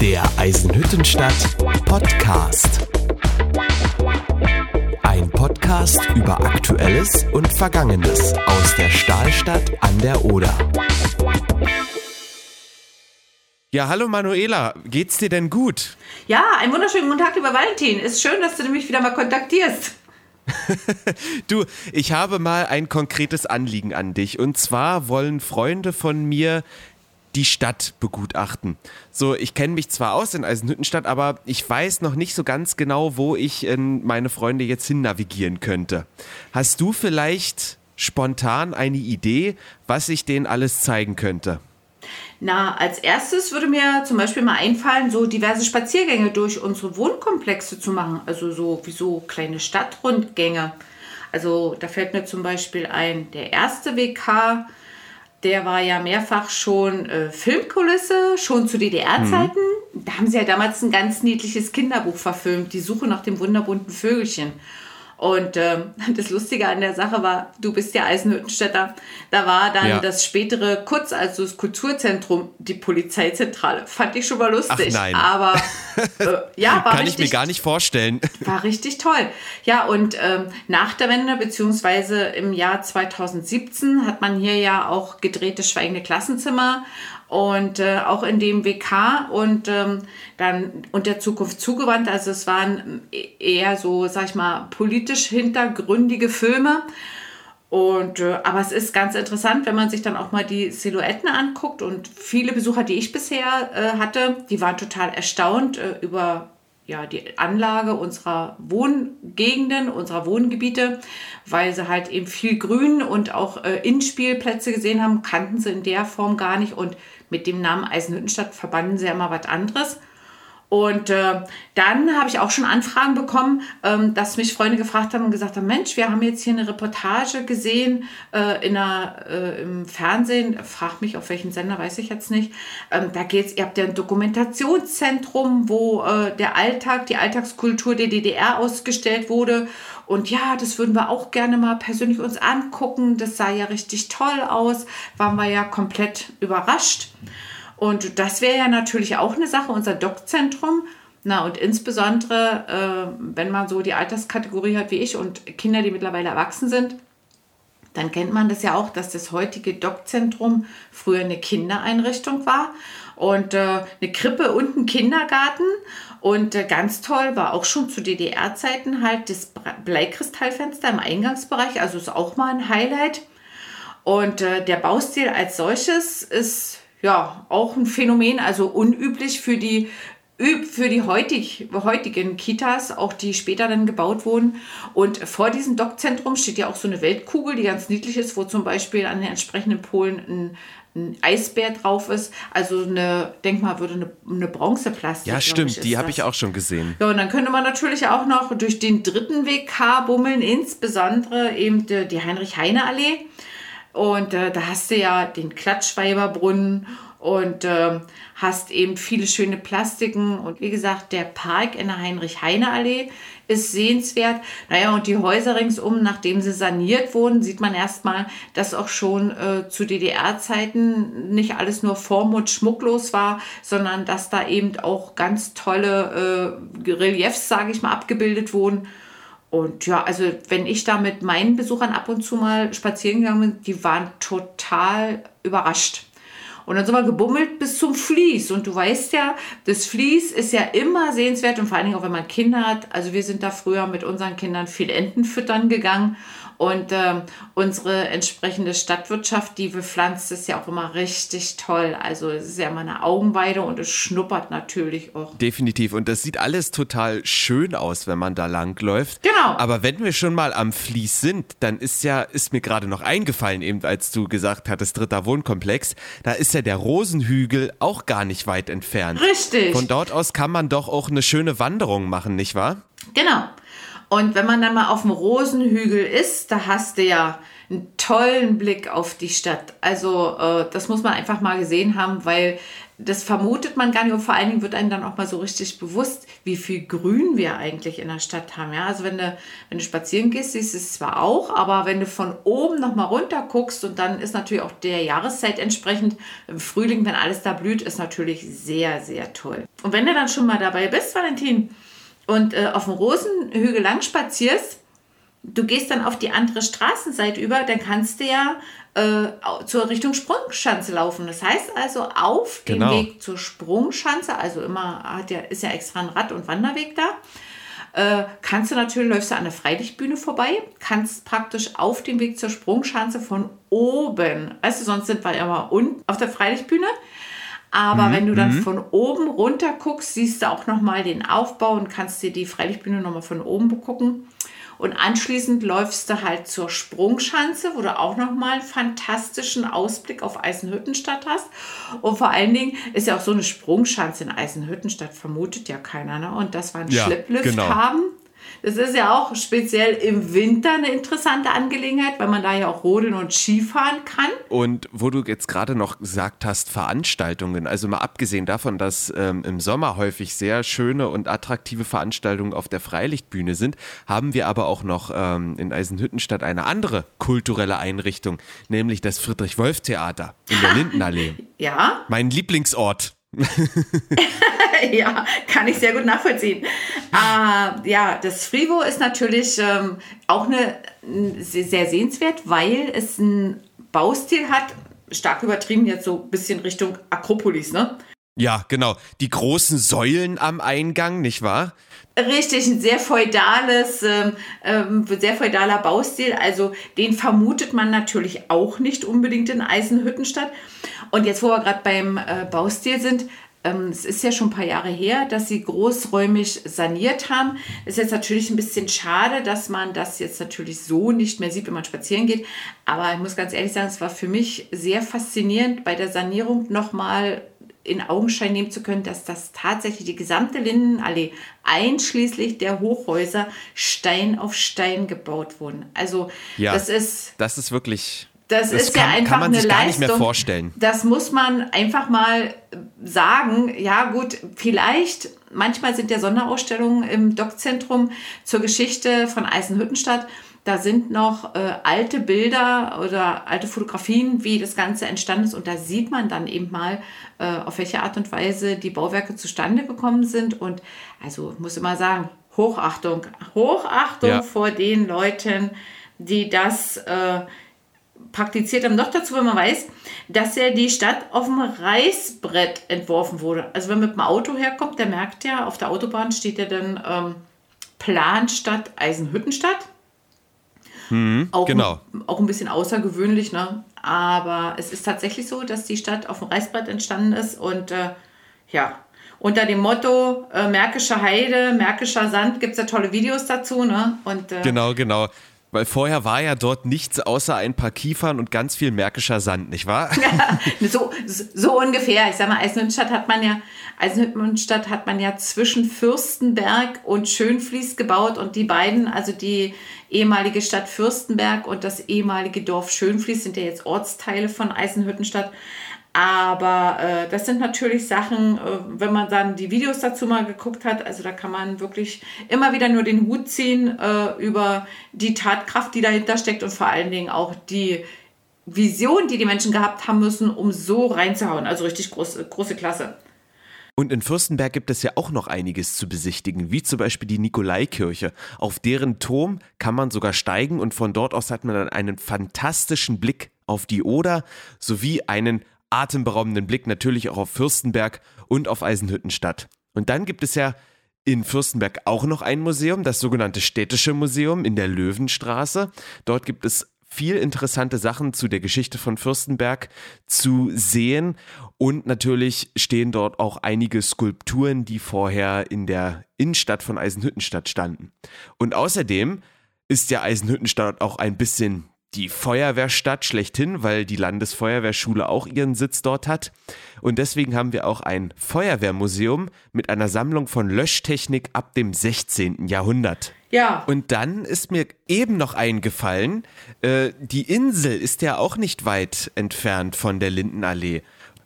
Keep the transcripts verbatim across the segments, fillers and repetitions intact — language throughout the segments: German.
Der Eisenhüttenstadt Podcast. Ein Podcast über Aktuelles und Vergangenes aus der Stahlstadt an der Oder. Ja, hallo Manuela, geht's dir denn gut? Ja, einen wunderschönen guten Tag, lieber Valentin. Ist schön, dass du mich wieder mal kontaktierst. Du, ich habe mal ein konkretes Anliegen an dich. Und zwar wollen Freunde von mir die Stadt begutachten. So, ich kenne mich zwar aus in Eisenhüttenstadt, aber ich weiß noch nicht so ganz genau, wo ich in meine Freunde jetzt hin navigieren könnte. Hast du vielleicht spontan eine Idee, was ich denen alles zeigen könnte? Na, als erstes würde mir zum Beispiel mal einfallen, so diverse Spaziergänge durch unsere Wohnkomplexe zu machen. Also so wie so kleine Stadtrundgänge. Also da fällt mir zum Beispiel ein, der erste W K, der war ja mehrfach schon äh, Filmkulisse, schon zu D D R-Zeiten. Mhm. Da haben sie ja damals ein ganz niedliches Kinderbuch verfilmt, Die Suche nach dem wunderbunten Vögelchen. Und ähm, das Lustige an der Sache war, du bist ja Eisenhüttenstädter, da war dann ja das spätere, kurz als das Kulturzentrum, die Polizeizentrale. Fand ich schon mal lustig. Ach nein. Aber äh, ja, war Kann richtig, ich mir gar nicht vorstellen. War richtig toll. Ja, und ähm, nach der Wende, beziehungsweise im Jahr zweitausendsiebzehn, hat man hier ja auch gedreht das Schweigende Klassenzimmer. Und äh, auch in dem W K und ähm, dann und der Zukunft zugewandt. Also es waren eher so, sag ich mal, politisch hintergründige Filme. Und, äh, aber es ist ganz interessant, wenn man sich dann auch mal die Silhouetten anguckt. Und viele Besucher, die ich bisher äh, hatte, die waren total erstaunt äh, über ja, die Anlage unserer Wohngegenden, unserer Wohngebiete, weil sie halt eben viel Grün und auch äh, Innenspielplätze gesehen haben, kannten sie in der Form gar nicht. Und mit dem Namen Eisenhüttenstadt verbanden sie ja immer was anderes. Und äh, dann habe ich auch schon Anfragen bekommen, ähm, dass mich Freunde gefragt haben und gesagt haben, Mensch, wir haben jetzt hier eine Reportage gesehen äh, in einer, äh, im Fernsehen, frag mich auf welchen Sender, weiß ich jetzt nicht. Ähm, da geht's, ihr habt ja ein Dokumentationszentrum, wo äh, der Alltag, die Alltagskultur der D D R ausgestellt wurde. Und ja, das würden wir auch gerne mal persönlich uns angucken. Das sah ja richtig toll aus, waren wir ja komplett überrascht. Und das wäre ja natürlich auch eine Sache, unser Doc-Zentrum. Na, und insbesondere, äh, wenn man so die Alterskategorie hat wie ich und Kinder, die mittlerweile erwachsen sind, dann kennt man das ja auch, dass das heutige Doc-Zentrum früher eine Kindereinrichtung war und äh, eine Krippe und ein Kindergarten. Und äh, ganz toll war auch schon zu D D R-Zeiten halt das Bleikristallfenster im Eingangsbereich. Also ist auch mal ein Highlight. Und äh, der Baustil als solches ist ja auch ein Phänomen, also unüblich für die für die heutig, heutigen Kitas, auch die später dann gebaut wurden. Und vor diesem Doc-Zentrum steht ja auch so eine Weltkugel, die ganz niedlich ist, wo zum Beispiel an den entsprechenden Polen ein, ein Eisbär drauf ist. Also eine, denk mal, würde eine, eine Bronzeplastik. Ja, stimmt, ich, die habe ich auch schon gesehen. Ja, und dann könnte man natürlich auch noch durch den dritten W K bummeln, insbesondere eben die, die Heinrich-Heine-Allee. Und äh, da hast du ja den Klatschweiberbrunnen und äh, hast eben viele schöne Plastiken. Und wie gesagt, der Park in der Heinrich-Heine-Allee ist sehenswert. Naja, und die Häuser ringsum, nachdem sie saniert wurden, sieht man erstmal, dass auch schon äh, zu D D R-Zeiten nicht alles nur form- und schmucklos war, sondern dass da eben auch ganz tolle äh, Reliefs, sage ich mal, abgebildet wurden. Und ja, also wenn ich da mit meinen Besuchern ab und zu mal spazieren gegangen bin, die waren total überrascht. Und dann sind wir gebummelt bis zum Fließ. Und du weißt ja, das Fließ ist ja immer sehenswert und vor allen Dingen auch, wenn man Kinder hat. Also wir sind da früher mit unseren Kindern viel Enten füttern gegangen. Und ähm, unsere entsprechende Stadtwirtschaft, die bepflanzt, ist ja auch immer richtig toll. Also es ist ja immer eine Augenweide und es schnuppert natürlich auch. Definitiv. Und das sieht alles total schön aus, wenn man da langläuft. Genau. Aber wenn wir schon mal am Fließ sind, dann ist ja, ist mir gerade noch eingefallen, eben als du gesagt hattest, dritter Wohnkomplex, da ist ja der Rosenhügel auch gar nicht weit entfernt. Richtig. Von dort aus kann man doch auch eine schöne Wanderung machen, nicht wahr? Genau. Und wenn man dann mal auf dem Rosenhügel ist, da hast du ja einen tollen Blick auf die Stadt. Also äh, das muss man einfach mal gesehen haben, weil das vermutet man gar nicht und vor allen Dingen wird einem dann auch mal so richtig bewusst, wie viel Grün wir eigentlich in der Stadt haben. Ja? Also wenn du, wenn du spazieren gehst, siehst du es zwar auch, aber wenn du von oben nochmal runter guckst und dann ist natürlich auch der Jahreszeit entsprechend, im Frühling, wenn alles da blüht, ist natürlich sehr, sehr toll. Und wenn du dann schon mal dabei bist, Valentin, und äh, auf dem Rosenhügel lang spazierst, du gehst dann auf die andere Straßenseite über, dann kannst du ja äh, zur Richtung Sprungschanze laufen. Das heißt also, auf genau. dem Weg zur Sprungschanze, also immer hat ja, ist ja extra ein Rad- und Wanderweg da, äh, kannst du natürlich, läufst du an der Freilichtbühne vorbei, kannst praktisch auf dem Weg zur Sprungschanze von oben, weißt du, sonst sind wir ja immer unten auf der Freilichtbühne, aber mhm. wenn du dann von oben runter guckst, siehst du auch nochmal den Aufbau und kannst dir die Freilichtbühne nochmal von oben begucken. Und anschließend läufst du halt zur Sprungschanze, wo du auch nochmal einen fantastischen Ausblick auf Eisenhüttenstadt hast. Und vor allen Dingen ist ja auch so eine Sprungschanze in Eisenhüttenstadt, vermutet ja keiner. Ne? Und dass wir einen ja, Schlepplift genau. haben. Das ist ja auch speziell im Winter eine interessante Angelegenheit, weil man da ja auch rodeln und Skifahren kann. Und wo du jetzt gerade noch gesagt hast, Veranstaltungen, also mal abgesehen davon, dass ähm, im Sommer häufig sehr schöne und attraktive Veranstaltungen auf der Freilichtbühne sind, haben wir aber auch noch ähm, in Eisenhüttenstadt eine andere kulturelle Einrichtung, nämlich das Friedrich-Wolf-Theater in der Lindenallee. Ja. Mein Lieblingsort. Ja, kann ich sehr gut nachvollziehen. Äh, ja, das Frivo ist natürlich ähm, auch eine, sehr sehenswert, weil es einen Baustil hat, stark übertrieben jetzt so ein bisschen Richtung Akropolis, ne? Ja, genau. Die großen Säulen am Eingang, nicht wahr? Richtig, ein sehr feudales, ähm, sehr feudaler Baustil. Also den vermutet man natürlich auch nicht unbedingt in Eisenhüttenstadt. Und jetzt, wo wir gerade beim äh, Baustil sind, ähm, es ist ja schon ein paar Jahre her, dass sie großräumig saniert haben. Ist jetzt natürlich ein bisschen schade, dass man das jetzt natürlich so nicht mehr sieht, wenn man spazieren geht. Aber ich muss ganz ehrlich sagen, es war für mich sehr faszinierend, bei der Sanierung nochmal in Augenschein nehmen zu können, dass das tatsächlich die gesamte Lindenallee, einschließlich der Hochhäuser, Stein auf Stein gebaut wurden. Also ja, das ist... Das ist wirklich... Das, das ist kann, ja einfach kann man eine sich gar Leistung. Nicht mehr vorstellen. Das muss man einfach mal sagen. Ja gut, vielleicht, manchmal sind ja Sonderausstellungen im Dockzentrum zur Geschichte von Eisenhüttenstadt. Da sind noch äh, alte Bilder oder alte Fotografien, wie das Ganze entstanden ist. Und da sieht man dann eben mal, äh, auf welche Art und Weise die Bauwerke zustande gekommen sind. Und also ich muss immer sagen, Hochachtung. Hochachtung ja. vor den Leuten, die das äh, praktiziert haben. Noch dazu, wenn man weiß, dass ja die Stadt auf dem Reißbrett entworfen wurde. Also wenn man mit dem Auto herkommt, der merkt ja, auf der Autobahn steht ja dann ähm, Planstadt Eisenhüttenstadt. Mhm, auch, genau. auch ein bisschen außergewöhnlich, ne? Aber es ist tatsächlich so, dass die Stadt auf dem Reißbrett entstanden ist und äh, ja, unter dem Motto äh, Märkischer Heide, Märkischer Sand gibt es ja tolle Videos dazu, ne? Und, äh, genau, genau. Weil vorher war ja dort nichts außer ein paar Kiefern und ganz viel märkischer Sand, nicht wahr? Ja, so, so ungefähr. Ich sag mal, Eisenhüttenstadt hat man ja, Eisenhüttenstadt hat man ja zwischen Fürstenberg und Schönfließ gebaut und die beiden, also die ehemalige Stadt Fürstenberg und das ehemalige Dorf Schönfließ sind ja jetzt Ortsteile von Eisenhüttenstadt. Aber äh, das sind natürlich Sachen, äh, wenn man dann die Videos dazu mal geguckt hat, also da kann man wirklich immer wieder nur den Hut ziehen äh, über die Tatkraft, die dahinter steckt und vor allen Dingen auch die Vision, die die Menschen gehabt haben müssen, um so reinzuhauen. Also richtig große, große Klasse. Und in Fürstenberg gibt es ja auch noch einiges zu besichtigen, wie zum Beispiel die Nikolaikirche. Auf deren Turm kann man sogar steigen und von dort aus hat man dann einen fantastischen Blick auf die Oder sowie einen atemberaubenden Blick natürlich auch auf Fürstenberg und auf Eisenhüttenstadt. Und dann gibt es ja in Fürstenberg auch noch ein Museum, das sogenannte Städtische Museum in der Löwenstraße. Dort gibt es viel interessante Sachen zu der Geschichte von Fürstenberg zu sehen und natürlich stehen dort auch einige Skulpturen, die vorher in der Innenstadt von Eisenhüttenstadt standen. Und außerdem ist ja Eisenhüttenstadt auch ein bisschen die Feuerwehrstadt schlechthin, weil die Landesfeuerwehrschule auch ihren Sitz dort hat. Und deswegen haben wir auch ein Feuerwehrmuseum mit einer Sammlung von Löschtechnik ab dem sechzehnten Jahrhundert. Ja. Und dann ist mir eben noch eingefallen, äh, die Insel ist ja auch nicht weit entfernt von der Lindenallee.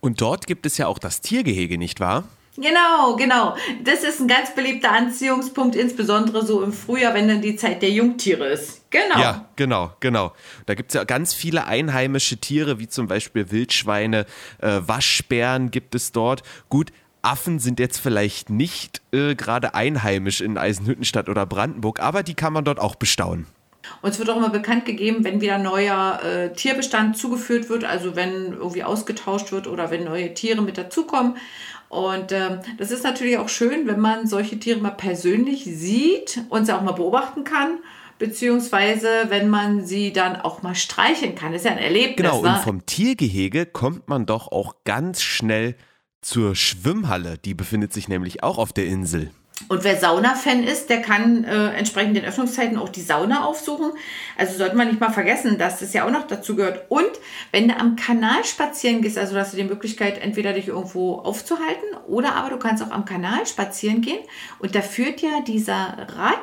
Und dort gibt es ja auch das Tiergehege, nicht wahr? Genau, genau. Das ist ein ganz beliebter Anziehungspunkt, insbesondere so im Frühjahr, wenn dann die Zeit der Jungtiere ist. Genau. Ja, genau, genau. Da gibt es ja ganz viele einheimische Tiere, wie zum Beispiel Wildschweine, äh, Waschbären gibt es dort. Gut, Affen sind jetzt vielleicht nicht äh, gerade einheimisch in Eisenhüttenstadt oder Brandenburg, aber die kann man dort auch bestaunen. Und es wird auch immer bekannt gegeben, wenn wieder neuer äh, Tierbestand zugeführt wird, also wenn irgendwie ausgetauscht wird oder wenn neue Tiere mit dazukommen. Und ähm, das ist natürlich auch schön, wenn man solche Tiere mal persönlich sieht und sie auch mal beobachten kann, beziehungsweise wenn man sie dann auch mal streicheln kann. Das ist ja ein Erlebnis. Genau, ne? Und vom Tiergehege kommt man doch auch ganz schnell zur Schwimmhalle. Die befindet sich nämlich auch auf der Insel. Und wer Sauna-Fan ist, der kann äh, entsprechend den Öffnungszeiten auch die Sauna aufsuchen. Also sollte man nicht mal vergessen, dass das ja auch noch dazu gehört. Und wenn du am Kanal spazieren gehst, also hast du die Möglichkeit, entweder dich irgendwo aufzuhalten oder aber du kannst auch am Kanal spazieren gehen. Und da führt ja dieser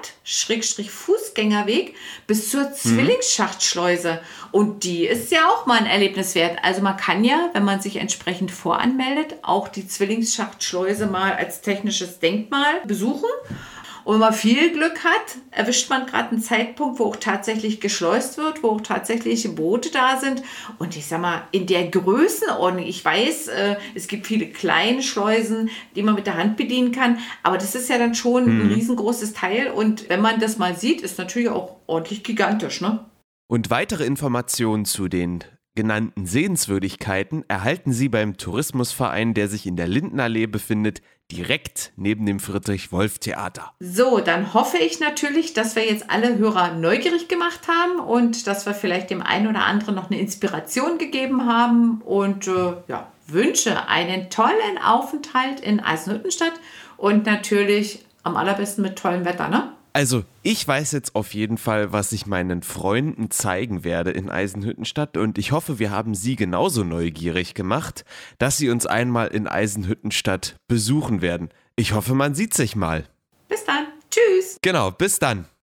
Rad-Fußgängerweg bis zur Zwillingsschachtschleuse. Und die ist ja auch mal ein Erlebnis wert. Also man kann ja, wenn man sich entsprechend voranmeldet, auch die Zwillingsschachtschleuse mal als technisches Denkmal besuchen. Und wenn man viel Glück hat, erwischt man gerade einen Zeitpunkt, wo auch tatsächlich geschleust wird, wo auch tatsächlich Boote da sind. Und ich sag mal, in der Größenordnung, ich weiß, äh, es gibt viele kleine Schleusen, die man mit der Hand bedienen kann, aber das ist ja dann schon hm. ein riesengroßes Teil. Und wenn man das mal sieht, ist natürlich auch ordentlich gigantisch, ne? Und weitere Informationen zu den genannten Sehenswürdigkeiten erhalten Sie beim Tourismusverein, der sich in der Lindenallee befindet, direkt neben dem Friedrich-Wolf-Theater. So, dann hoffe ich natürlich, dass wir jetzt alle Hörer neugierig gemacht haben und dass wir vielleicht dem einen oder anderen noch eine Inspiration gegeben haben und äh, ja, wünsche einen tollen Aufenthalt in Eisenhüttenstadt und natürlich am allerbesten mit tollem Wetter, ne? Also, ich weiß jetzt auf jeden Fall, was ich meinen Freunden zeigen werde in Eisenhüttenstadt und ich hoffe, wir haben sie genauso neugierig gemacht, dass sie uns einmal in Eisenhüttenstadt besuchen werden. Ich hoffe, man sieht sich mal. Bis dann. Tschüss. Genau, bis dann.